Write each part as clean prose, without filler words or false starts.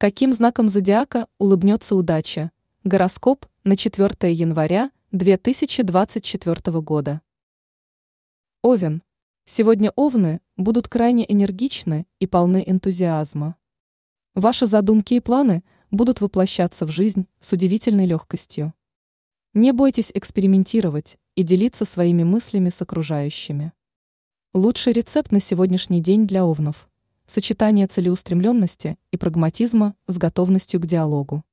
Каким знаком зодиака улыбнется удача? Гороскоп на 4 января 2024 года. Овен. Сегодня овны будут крайне энергичны и полны энтузиазма. Ваши задумки и планы будут воплощаться в жизнь с удивительной легкостью. Не бойтесь экспериментировать и делиться своими мыслями с окружающими. Лучший рецепт на сегодняшний день для овнов – сочетание целеустремленности и прагматизма с готовностью к диалогу.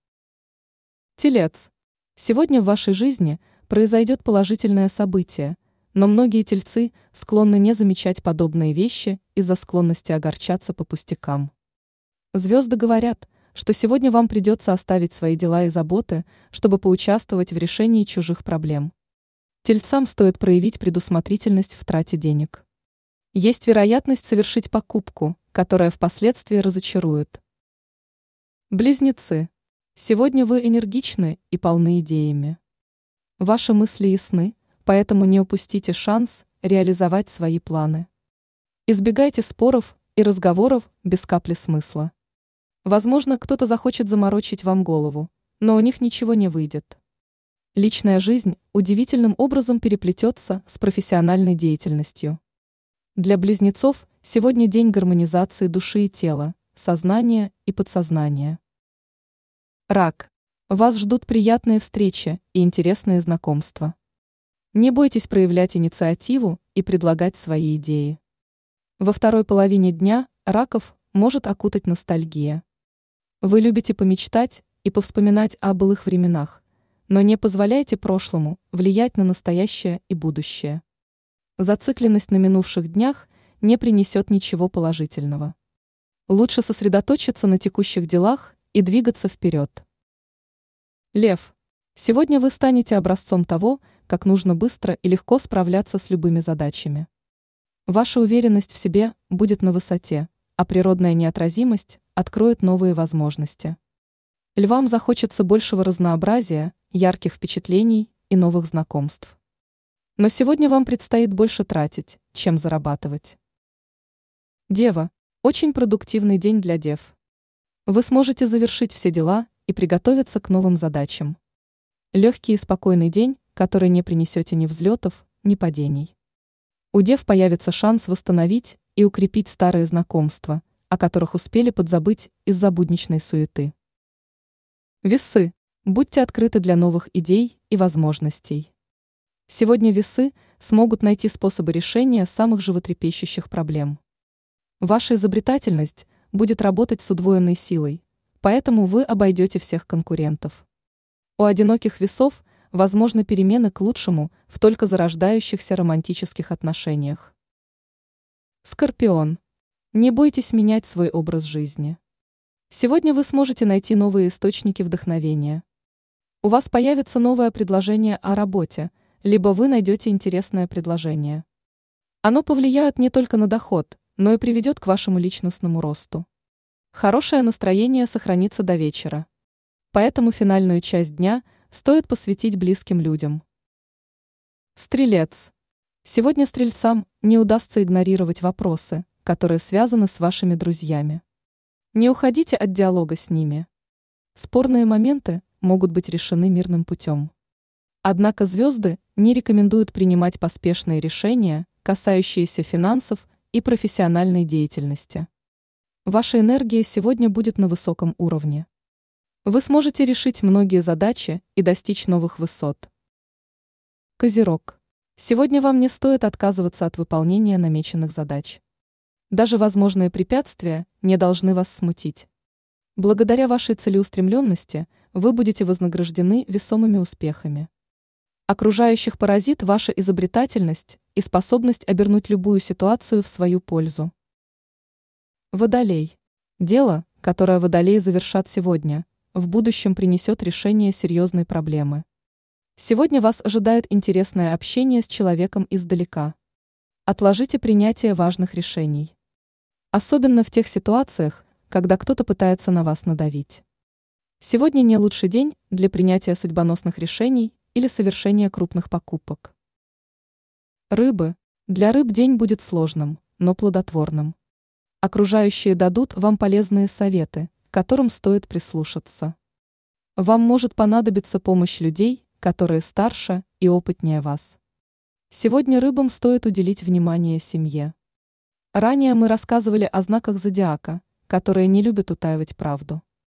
Телец. Сегодня в вашей жизни произойдет положительное событие, но многие тельцы склонны не замечать подобные вещи из-за склонности огорчаться по пустякам. Звезды говорят, что сегодня вам придется оставить свои дела и заботы, чтобы поучаствовать в решении чужих проблем. Тельцам стоит проявить предусмотрительность в трате денег. Есть вероятность совершить покупку, которая впоследствии разочарует. Близнецы. Сегодня вы энергичны и полны идеями. Ваши мысли ясны, поэтому не упустите шанс реализовать свои планы. Избегайте споров и разговоров без капли смысла. Возможно, кто-то захочет заморочить вам голову, но у них ничего не выйдет. Личная жизнь удивительным образом переплетется с профессиональной деятельностью. Для близнецов сегодня день гармонизации души и тела, сознания и подсознания. Рак. Вас ждут приятные встречи и интересные знакомства. Не бойтесь проявлять инициативу и предлагать свои идеи. Во второй половине дня раков может окутать ностальгия. Вы любите помечтать и повспоминать о былых временах, но не позволяйте прошлому влиять на настоящее и будущее. Зацикленность на минувших днях не принесет ничего положительного. Лучше сосредоточиться на текущих делах и двигаться вперед. Лев. Сегодня вы станете образцом того, как нужно быстро и легко справляться с любыми задачами. Ваша уверенность в себе будет на высоте, а природная неотразимость откроет новые возможности. Львам захочется большего разнообразия, ярких впечатлений и новых знакомств. Но сегодня вам предстоит больше тратить, чем зарабатывать. Дева. Очень продуктивный день для дев. Вы сможете завершить все дела и приготовиться к новым задачам. Легкий и спокойный день, который не принесете ни взлетов, ни падений. У дев появится шанс восстановить и укрепить старые знакомства, о которых успели подзабыть из-за будничной суеты. Весы. Будьте открыты для новых идей и возможностей. Сегодня весы смогут найти способы решения самых животрепещущих проблем. Ваша изобретательность будет работать с удвоенной силой, поэтому вы обойдете всех конкурентов. У одиноких весов возможны перемены к лучшему в только зарождающихся романтических отношениях. Скорпион. Не бойтесь менять свой образ жизни. Сегодня вы сможете найти новые источники вдохновения. У вас появится новое предложение о работе, либо вы найдете интересное предложение. Оно повлияет не только на доход, но и приведет к вашему личностному росту. Хорошее настроение сохранится до вечера. Поэтому финальную часть дня стоит посвятить близким людям. Стрелец. Сегодня стрельцам не удастся игнорировать вопросы, которые связаны с вашими друзьями. Не уходите от диалога с ними. Спорные моменты могут быть решены мирным путем. Однако звезды не рекомендуют принимать поспешные решения, касающиеся финансов и профессиональной деятельности. Ваша энергия сегодня будет на высоком уровне. Вы сможете решить многие задачи и достичь новых высот. Козерог. Сегодня вам не стоит отказываться от выполнения намеченных задач. Даже возможные препятствия не должны вас смутить. Благодаря вашей целеустремленности вы будете вознаграждены весомыми успехами. Окружающих поразит ваша изобретательность и способность обернуть любую ситуацию в свою пользу. Водолей. Дело, которое водолеи завершат сегодня, в будущем принесет решение серьезной проблемы. Сегодня вас ожидает интересное общение с человеком издалека. Отложите принятие важных решений. Особенно в тех ситуациях, когда кто-то пытается на вас надавить. Сегодня не лучший день для принятия судьбоносных решений или совершения крупных покупок. Рыбы. Для рыб день будет сложным, но плодотворным. Окружающие дадут вам полезные советы, к которым стоит прислушаться. Вам может понадобиться помощь людей, которые старше и опытнее вас. Сегодня рыбам стоит уделить внимание семье. Ранее мы рассказывали о знаках зодиака, которые не любят утаивать правду.